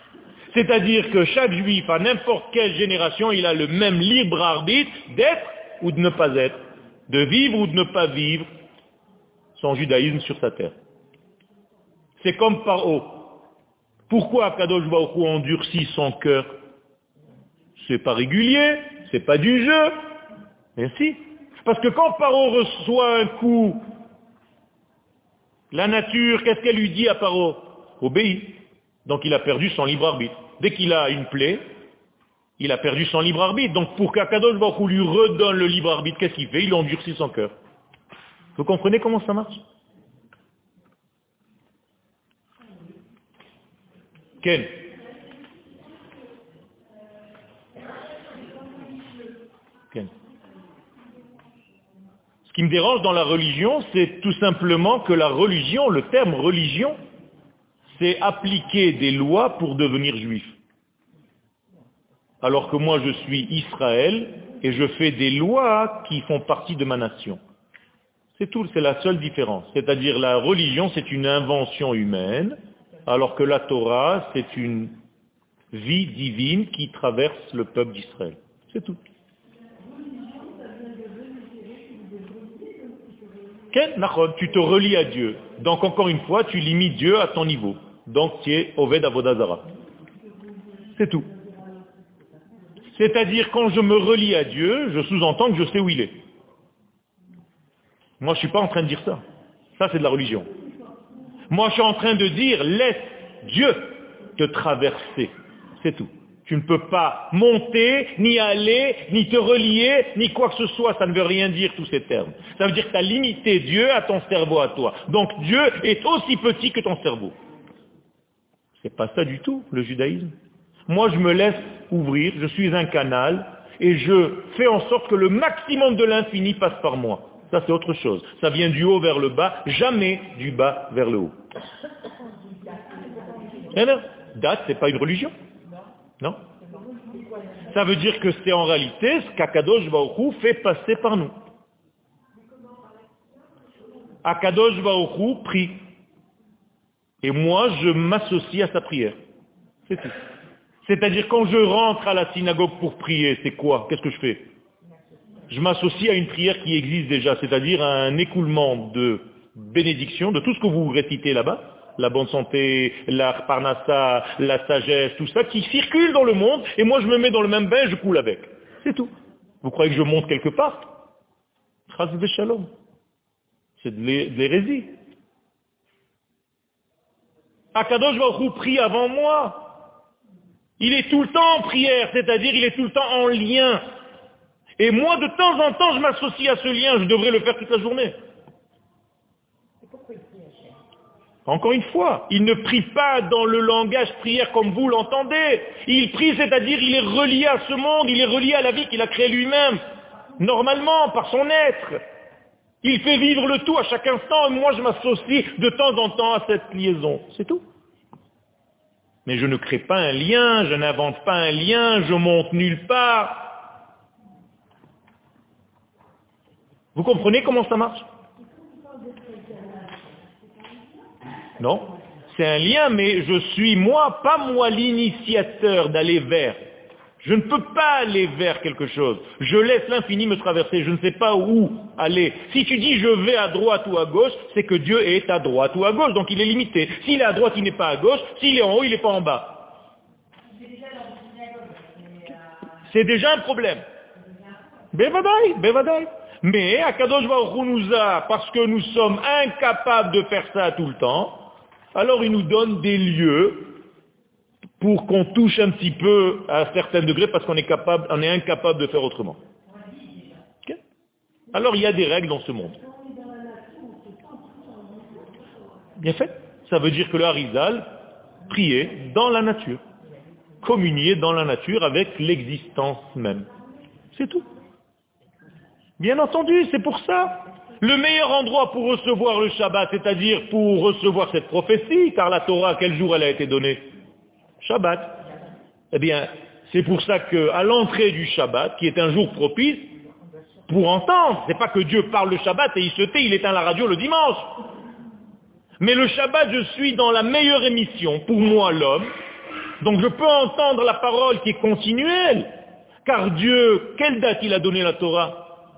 [SPEAKER 1] C'est-à-dire que chaque juif, à n'importe quelle génération, il a le même libre arbitre d'être ou de ne pas être, de vivre ou de ne pas vivre son judaïsme sur sa terre. C'est comme Paro. Pourquoi Kadosh Baruch Hu endurcit son cœur? C'est pas régulier, c'est pas du jeu. Mais si. Parce que quand Paro reçoit un coup, la nature, qu'est-ce qu'elle lui dit à Paro? Obéis. Donc il a perdu son libre arbitre. Dès qu'il a une plaie, il a perdu son libre arbitre. Donc pour qu'Akadosh Baruch Hu lui redonne le libre arbitre, qu'est-ce qu'il fait? Il endurcit son cœur. Vous comprenez comment ça marche? Ken? Ken? Ce qui me dérange dans la religion, c'est tout simplement que la religion, le terme religion, c'est appliquer des lois pour devenir juif. Alors que moi je suis Israël et je fais des lois qui font partie de ma nation. C'est tout, c'est la seule différence. C'est-à-dire la religion c'est une invention humaine, alors que la Torah c'est une vie divine qui traverse le peuple d'Israël. C'est tout. Tu te relis à Dieu. Donc encore une fois, tu limites Dieu à ton niveau. Donc tu es Oved Avodah Zara. C'est tout. C'est-à-dire quand je me relie à Dieu, je sous-entends que je sais où il est. Moi je ne suis pas en train de dire ça. Ça c'est de la religion. Moi je suis en train de dire, laisse Dieu te traverser. C'est tout. Tu ne peux pas monter, ni aller, ni te relier, ni quoi que ce soit. Ça ne veut rien dire tous ces termes. Ça veut dire que tu as limité Dieu à ton cerveau à toi. Donc Dieu est aussi petit que ton cerveau. C'est pas ça du tout, le judaïsme. Moi, je me laisse ouvrir, je suis un canal, et je fais en sorte que le maximum de l'infini passe par moi. Ça, c'est autre chose. Ça vient du haut vers le bas, jamais du bas vers le haut. Et non, date, c'est pas une religion. Non. Ça veut dire que c'est en réalité ce qu'Akadosh Baruch Hu fait passer par nous. Akadosh Baruch Hu prie. Et moi, je m'associe à sa prière. C'est tout. C'est-à-dire, quand je rentre à la synagogue pour prier, c'est quoi? Qu'est-ce que je fais? Je m'associe à une prière qui existe déjà, c'est-à-dire à un écoulement de bénédiction, de tout ce que vous récitez là-bas, la bonne santé, la parnassa, la sagesse, tout ça, qui circule dans le monde, et moi je me mets dans le même bain et je coule avec. C'est tout. Vous croyez que je monte quelque part? Chas v'shalom. C'est de l'hérésie. Akadosh Baruch Hu prie avant moi. Il est tout le temps en prière, c'est-à-dire il est tout le temps en lien. Et moi, de temps en temps, je m'associe à ce lien, je devrais le faire toute la journée. Encore une fois, il ne prie pas dans le langage prière comme vous l'entendez. Il prie, c'est-à-dire il est relié à ce monde, il est relié à la vie qu'il a créée lui-même, normalement, par son être. Il fait vivre le tout à chaque instant, et moi je m'associe de temps en temps à cette liaison. C'est tout. Mais je ne crée pas un lien, je n'invente pas un lien, je monte nulle part. Vous comprenez comment ça marche? Non, c'est un lien, mais je suis moi, pas moi l'initiateur d'aller vers. Je ne peux pas aller vers quelque chose. Je laisse l'infini me traverser, je ne sais pas où aller. Si tu dis je vais à droite ou à gauche, c'est que Dieu est à droite ou à gauche, donc il est limité. S'il est à droite, il n'est pas à gauche, s'il est en haut, il n'est pas en bas. C'est déjà un problème. Bevadaï, bevadaï. Mais Akadosh Baruch Hu nous a, parce que nous sommes incapables de faire ça tout le temps, alors il nous donne des lieux pour qu'on touche un petit peu à un certain degré parce qu'on est capable, on est incapable de faire autrement. Okay? Alors il y a des règles dans ce monde. Bien fait. Ça veut dire que le Harizal priait dans la nature, communier dans la nature avec l'existence même. C'est tout. Bien entendu, c'est pour ça. Le meilleur endroit pour recevoir le Shabbat, c'est-à-dire pour recevoir cette prophétie, car la Torah, quel jour elle a été donnée? Shabbat. Eh bien, c'est pour ça qu'à l'entrée du Shabbat, qui est un jour propice, pour entendre, c'est pas que Dieu parle le Shabbat et il se tait, il éteint la radio le dimanche. Mais le Shabbat, je suis dans la meilleure émission, pour moi l'homme, donc je peux entendre la parole qui est continuelle, car Dieu, quelle date il a donné la Torah?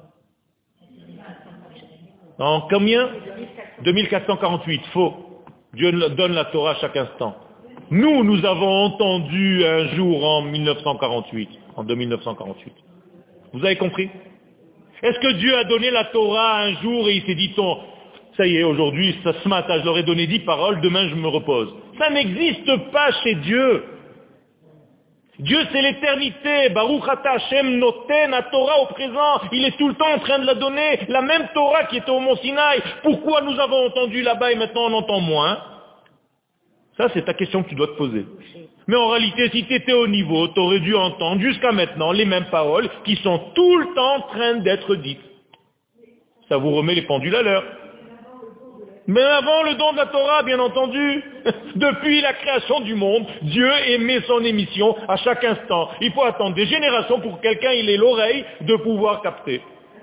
[SPEAKER 1] En combien deux mille quatre cent quarante-huit, faux. Dieu donne la Torah à chaque instant. Nous, nous avons entendu un jour en mille neuf cent quarante-huit, en deux mille neuf cent quarante-huit. Vous avez compris? Est-ce que Dieu a donné la Torah un jour et il s'est dit, ton, ça y est, aujourd'hui, ce matin, je leur ai donné dix paroles, demain je me repose. Ça n'existe pas chez Dieu. Dieu, c'est l'éternité. Baruch ata Hashem noten la Torah au présent. Il est tout le temps en train de la donner. La même Torah qui était au Mont Sinaï. Pourquoi nous avons entendu là-bas et maintenant on entend moins? Ça, c'est ta question que tu dois te poser. Mais en réalité, si tu étais au niveau, tu aurais dû entendre jusqu'à maintenant les mêmes paroles qui sont tout le temps en train d'être dites. Ça vous remet les pendules à l'heure. Mais avant le don de la Torah, bien entendu, depuis la création du monde, Dieu émet son émission à chaque instant. Il faut attendre des générations pour que quelqu'un il ait l'oreille de pouvoir capter.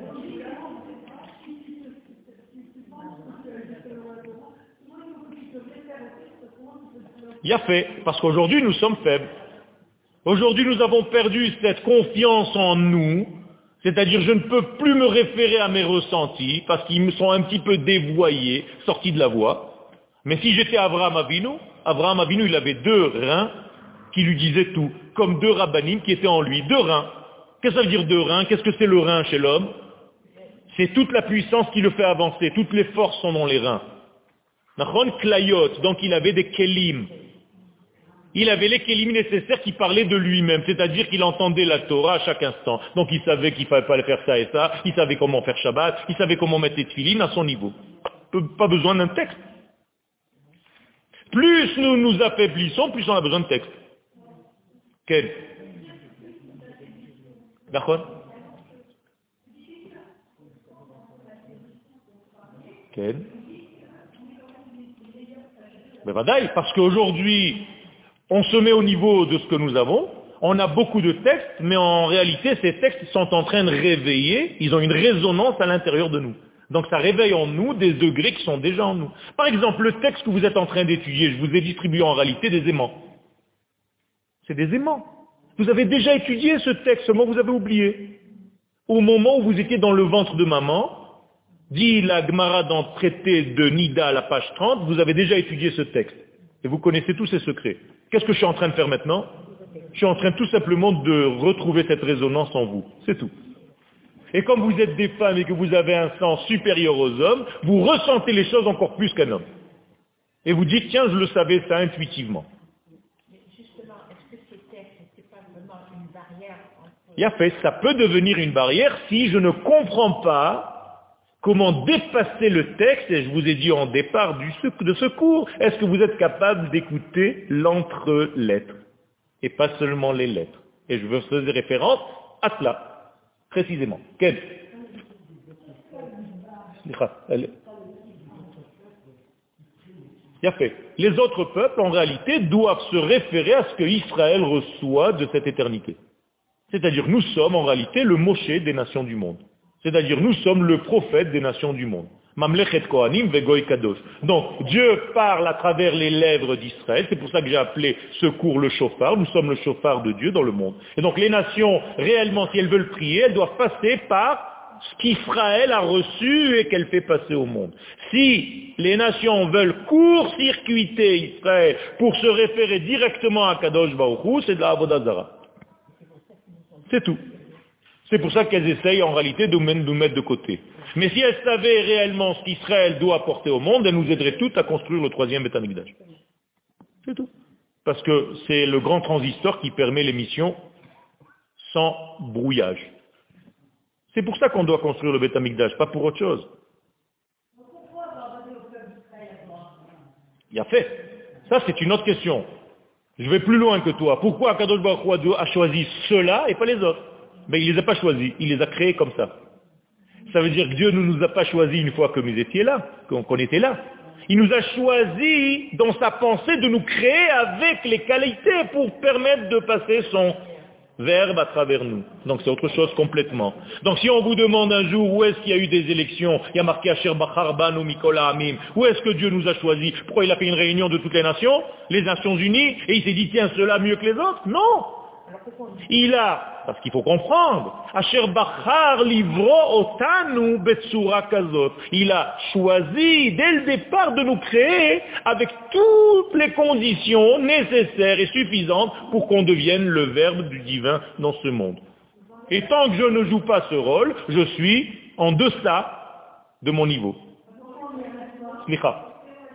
[SPEAKER 1] Il a fait, parce qu'aujourd'hui nous sommes faibles. Aujourd'hui nous avons perdu cette confiance en nous, c'est-à-dire je ne peux plus me référer à mes ressentis, parce qu'ils me sont un petit peu dévoyés, sortis de la voie. Mais si j'étais Abraham Avinu, Abraham Avinu il avait deux reins qui lui disaient tout, comme deux rabbanim qui étaient en lui, deux reins. Qu'est-ce que ça veut dire deux reins? Qu'est-ce que c'est le rein chez l'homme? C'est toute la puissance qui le fait avancer, toutes les forces sont dans les reins. Nachon Klayot, donc il avait des kelim. Il avait les kélim nécessaires qui parlaient de lui-même, c'est-à-dire qu'il entendait la Torah à chaque instant. Donc il savait qu'il ne fallait pas faire ça et ça, il savait comment faire Shabbat, il savait comment mettre les tefilines à son niveau. Pas besoin d'un texte. Plus nous nous affaiblissons, plus on a besoin de texte. Quel? D'accord? Quel? Ben vadaï, parce qu'aujourd'hui, on se met au niveau de ce que nous avons, on a beaucoup de textes, mais en réalité, ces textes sont en train de réveiller, ils ont une résonance à l'intérieur de nous. Donc ça réveille en nous des degrés qui sont déjà en nous. Par exemple, le texte que vous êtes en train d'étudier, je vous ai distribué en réalité des aimants. C'est des aimants. Vous avez déjà étudié ce texte, seulement vous avez oublié. Au moment où vous étiez dans le ventre de maman, dit la Gemara dans le traité de Nida à la page trente, vous avez déjà étudié ce texte. Et vous connaissez tous ses secrets. Qu'est-ce que je suis en train de faire maintenant? Je suis en train tout simplement de retrouver cette résonance en vous. C'est tout. Et comme vous êtes des femmes et que vous avez un sens supérieur aux hommes, vous ressentez les choses encore plus qu'un homme. Et vous dites, tiens, je le savais ça intuitivement.
[SPEAKER 2] Mais justement, est-ce que ces textes, c'est pas vraiment une barrière entre...
[SPEAKER 1] Il y a fait, ça peut devenir une barrière si je ne comprends pas comment dépasser le texte, et je vous ai dit en départ du, de ce cours, est-ce que vous êtes capable d'écouter l'entre-lettres, et pas seulement les lettres? Et je veux faire référence à cela, précisément. Quel? Il y a fait. Les autres peuples, en réalité, doivent se référer à ce que Israël reçoit de cette éternité. C'est-à-dire, nous sommes en réalité le Moshe des nations du monde. C'est-à-dire, nous sommes le prophète des nations du monde. Mamlechet Kohanim vegoy kadosh. Donc, Dieu parle à travers les lèvres d'Israël. C'est pour ça que j'ai appelé ce cours le chauffard. Nous sommes le chauffard de Dieu dans le monde. Et donc, les nations, réellement, si elles veulent prier, elles doivent passer par ce qu'Israël a reçu et qu'elle fait passer au monde. Si les nations veulent court-circuiter Israël pour se référer directement à Kadosh Baruch Hu, c'est de la Avodah Zara. C'est tout. C'est pour ça qu'elles essayent en réalité de nous mettre de côté. Mais si elles savaient réellement ce qu'Israël doit apporter au monde, elles nous aideraient toutes à construire le troisième Beth Amikdash. C'est tout. Parce que c'est le grand transistor qui permet l'émission sans brouillage. C'est pour ça qu'on doit construire le Beth Amikdash, pas pour autre chose. Il y a fait. Ça, c'est une autre question. Je vais plus loin que toi. Pourquoi Akadosh Baruch Hu a choisi ceux-là et pas les autres? Ben, il les a pas choisis, il les a créés comme ça. Ça veut dire que Dieu ne nous a pas choisis une fois que nous étions là, qu'on était là. Il nous a choisis dans sa pensée de nous créer avec les qualités pour permettre de passer son verbe à travers nous. Donc c'est autre chose complètement. Donc si on vous demande un jour où est-ce qu'il y a eu des élections, il y a marqué Asher Bachar Banu Mikol Ha'amim, où est-ce que Dieu nous a choisis? Pourquoi il a fait une réunion de toutes les nations, les Nations Unies, et il s'est dit tiens, ceux-là mieux que les autres? Non!
[SPEAKER 2] Alors pourquoi on dit
[SPEAKER 1] Il a, parce qu'il faut comprendre, Asher Bachar Livro Otanu Betsura Kazot. Il a choisi dès le départ de nous créer avec toutes les conditions nécessaires et suffisantes pour qu'on devienne le verbe du divin dans ce monde. Et tant que je ne joue pas ce rôle, je suis en deçà de mon niveau. Slicha.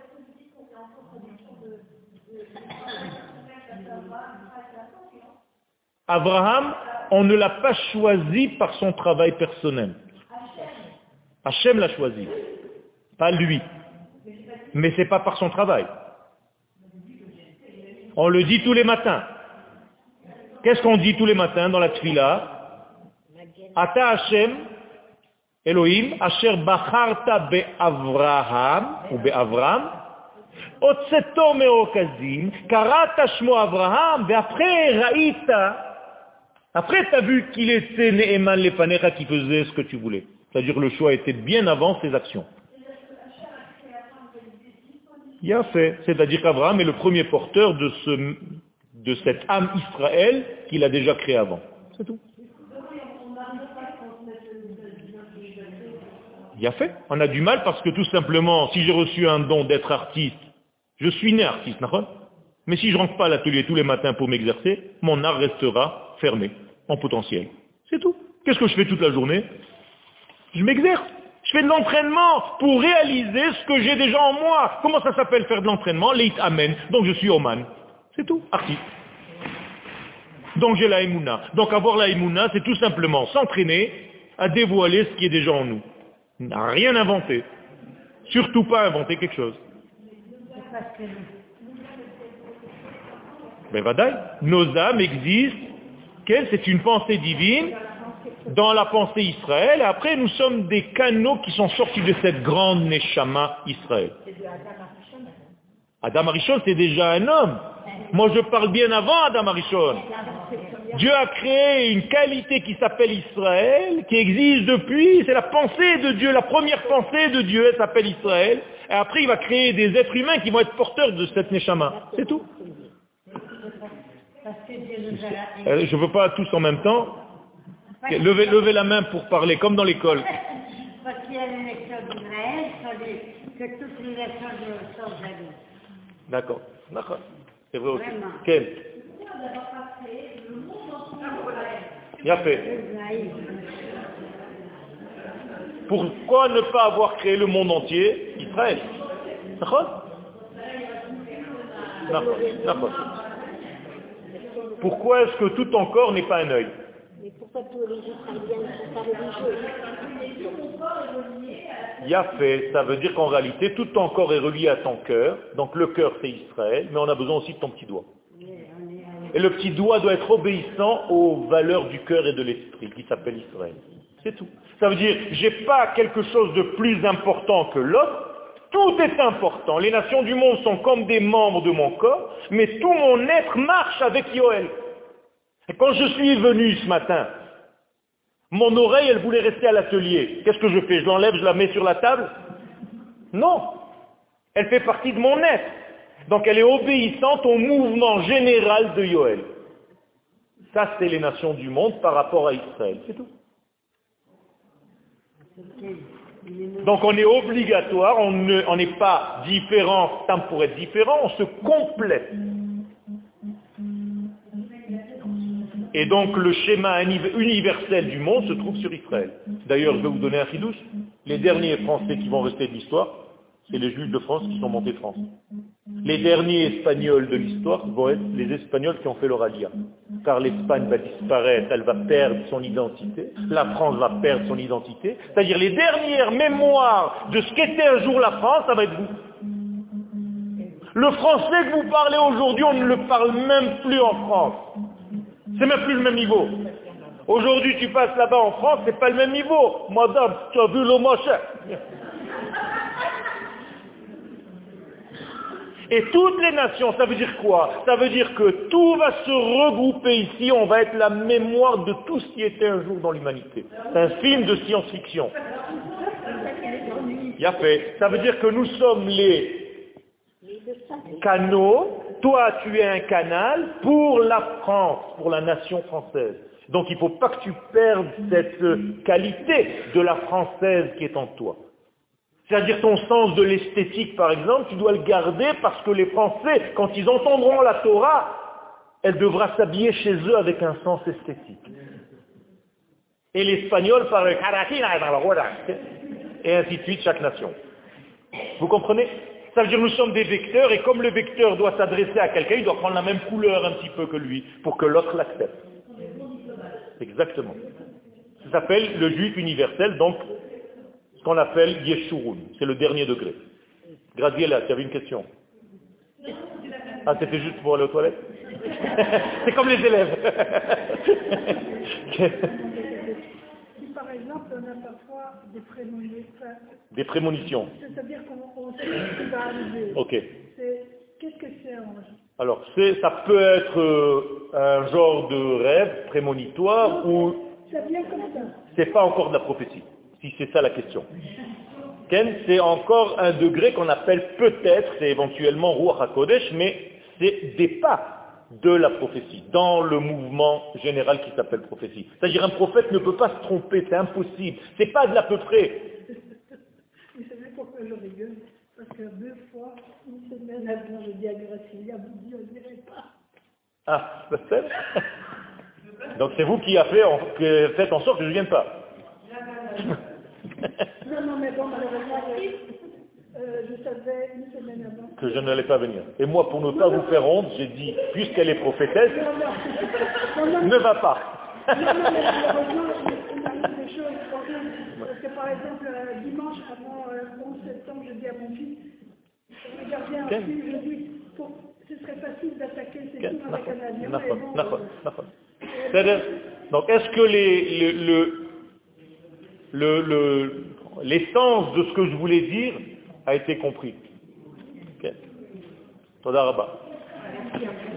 [SPEAKER 1] Abraham, on ne l'a pas choisi par son travail personnel. Hachem l'a choisi, pas lui. Mais ce n'est pas par son travail. On le dit tous les matins. Qu'est-ce qu'on dit tous les matins dans la tfila? Ata Hachem, Elohim, Asher Bacharta be'Avraham, ou be'Avram, Otseto me'okazim, Karata shmo Avraham, et après Raïta, après tu as vu qu'il était Ne'eman lefanecha, qui faisait ce que tu voulais. C'est-à-dire le choix était bien avant ses actions. Il a fait. C'est-à-dire qu'Abraham est le premier porteur de, ce, de cette âme Israël qu'il a déjà créée avant. C'est tout. Il a fait. On a du mal parce que tout simplement, si j'ai reçu un don d'être artiste, je suis né artiste, d'accord ? Mais si je ne rentre pas à l'atelier tous les matins pour m'exercer, mon art restera fermé, en potentiel. C'est tout. Qu'est-ce que je fais toute la journée? Je m'exerce. Je fais de l'entraînement pour réaliser ce que j'ai déjà en moi. Comment ça s'appelle faire de l'entraînement? Leit amen. Donc je suis oman. C'est tout. Artiste. Donc j'ai la émouna. Donc avoir la émouna, c'est tout simplement s'entraîner à dévoiler ce qui est déjà en nous. N'a rien inventé. Surtout pas inventer quelque chose. Ben vadaï. Nos âmes existent. Quelle? C'est une pensée divine dans la pensée Israël. Et après, nous sommes des canaux qui sont sortis de cette grande Neshama Israël. Adam Arishon, c'est déjà un homme. Moi, je parle bien avant Adam Arishon. Dieu a créé une qualité qui s'appelle Israël, qui existe depuis. C'est la pensée de Dieu, la première pensée de Dieu, elle s'appelle Israël. Et après, il va créer des êtres humains qui vont être porteurs de cette Neshama. C'est tout. Je ne veux pas tous en même temps. Levez, levez la main pour parler, comme dans l'école.
[SPEAKER 3] Parce qu'il y a les nations d'Israël, que toutes les nations sont jaloux.
[SPEAKER 1] D'accord. D'accord. C'est vrai aussi. Quel? Bien fait. Pourquoi ne pas avoir créé le monde entier, Israël? D'accord. D'accord. Pourquoi est-ce que tout ton corps n'est pas un œil?
[SPEAKER 3] Mais pourquoi tous les Israéliens ne sont pas religieux?
[SPEAKER 1] Il a fait, ça veut dire qu'en réalité, tout ton corps est relié à ton cœur. Donc le cœur, c'est Israël, mais on a besoin aussi de ton petit doigt. Et le petit doigt doit être obéissant aux valeurs du cœur et de l'esprit, qui s'appelle Israël. C'est tout. Ça veut dire, j'ai pas quelque chose de plus important que l'autre. Tout est important. Les nations du monde sont comme des membres de mon corps, mais tout mon être marche avec Yoël. Et quand je suis venu ce matin, mon oreille, elle voulait rester à l'atelier. Qu'est-ce que je fais? Je l'enlève, je la mets sur la table? Non. Elle fait partie de mon être. Donc elle est obéissante au mouvement général de Yoël. Ça, c'est les nations du monde par rapport à Israël. C'est tout. Donc on est obligatoire, on n'est pas différent, tant pour être différent, on se complète. Et donc le schéma universel du monde se trouve sur Israël. D'ailleurs, je vais vous donner un chidouche. Les derniers Français qui vont rester de l'histoire, c'est les Juifs de France qui sont montés de France. Les derniers Espagnols de l'histoire vont être les Espagnols qui ont fait leur aliyah. Car l'Espagne va disparaître, elle va perdre son identité, la France va perdre son identité. C'est-à-dire les dernières mémoires de ce qu'était un jour la France, ça va être vous. Le français que vous parlez aujourd'hui, on ne le parle même plus en France. C'est même plus le même niveau. Aujourd'hui, tu passes là-bas en France, c'est pas le même niveau. Madame, tu as vu le machin. Et toutes les nations, ça veut dire quoi? Ça veut dire que tout va se regrouper ici, on va être la mémoire de tout ce qui était un jour dans l'humanité. C'est un film de science-fiction. Il a fait. Ça veut dire que nous sommes les canaux toi tu es un canal pour la France, pour la nation française. Donc il ne faut pas que tu perdes cette qualité de la française qui est en toi. C'est-à-dire ton sens de l'esthétique, par exemple, tu dois le garder parce que les Français, quand ils entendront la Torah, elle devra s'habiller chez eux avec un sens esthétique. Et l'Espagnol par le et ainsi de suite, chaque nation. Vous comprenez? Ça veut dire que nous sommes des vecteurs, et comme le vecteur doit s'adresser à quelqu'un, il doit prendre la même couleur un petit peu que lui, pour que l'autre l'accepte. Exactement. Ça s'appelle le juif universel, donc ce qu'on appelle Yeshurun. C'est le dernier degré. Graziella, tu avais une question? Ah, c'était juste pour aller aux toilettes? C'est comme les élèves.
[SPEAKER 4] Si par exemple on a parfois des prémonitions.
[SPEAKER 1] Des prémonitions.
[SPEAKER 4] C'est-à-dire qu'on sait ce qui va arriver.
[SPEAKER 1] Ok.
[SPEAKER 4] C'est, qu'est-ce que c'est, Ange?
[SPEAKER 1] Alors, c'est, ça peut être euh, un genre de rêve prémonitoire ou...
[SPEAKER 4] Ça vient comme ça.
[SPEAKER 1] C'est pas encore de la prophétie, si c'est ça la question. Ken, c'est encore un degré qu'on appelle peut-être, c'est éventuellement Ruach HaKodesh, mais c'est des pas de la prophétie, dans le mouvement général qui s'appelle prophétie. C'est-à-dire un prophète ne peut pas se tromper, c'est impossible. C'est pas de l'à peu près.
[SPEAKER 4] Vous savez pourquoi je rigole? Parce que deux fois, une semaine avant, je dis à Gracilia, vous dites, on dirait pas.
[SPEAKER 1] Ah, peut-être. Donc c'est vous qui avez fait en, que faites en sorte que je ne vienne pas.
[SPEAKER 4] Non, non, mais bon, malheureusement, euh, je savais une semaine avant.
[SPEAKER 1] Que je n'allais pas venir. Et moi, pour ne pas vous faire honte, j'ai dit, puisqu'elle est prophétesse,
[SPEAKER 4] Non, non.
[SPEAKER 1] ne va pas.
[SPEAKER 4] Non, non, mais malheureusement, il arrive des choses horribles. Parce que par exemple, euh, dimanche, avant euh, le onze septembre, je dis à mon fils, regardez un
[SPEAKER 1] Ken.
[SPEAKER 4] film, je dis, pour, ce serait facile d'attaquer ces
[SPEAKER 1] Ken.
[SPEAKER 4] films avec un avion.
[SPEAKER 1] Nachon,
[SPEAKER 4] et bon,
[SPEAKER 1] nachon,
[SPEAKER 4] euh,
[SPEAKER 1] nachon. C'est-à-dire, donc est-ce que les, le, le, le, le, l'essence de ce que je voulais dire a été compris? Ok. Toda Rabba.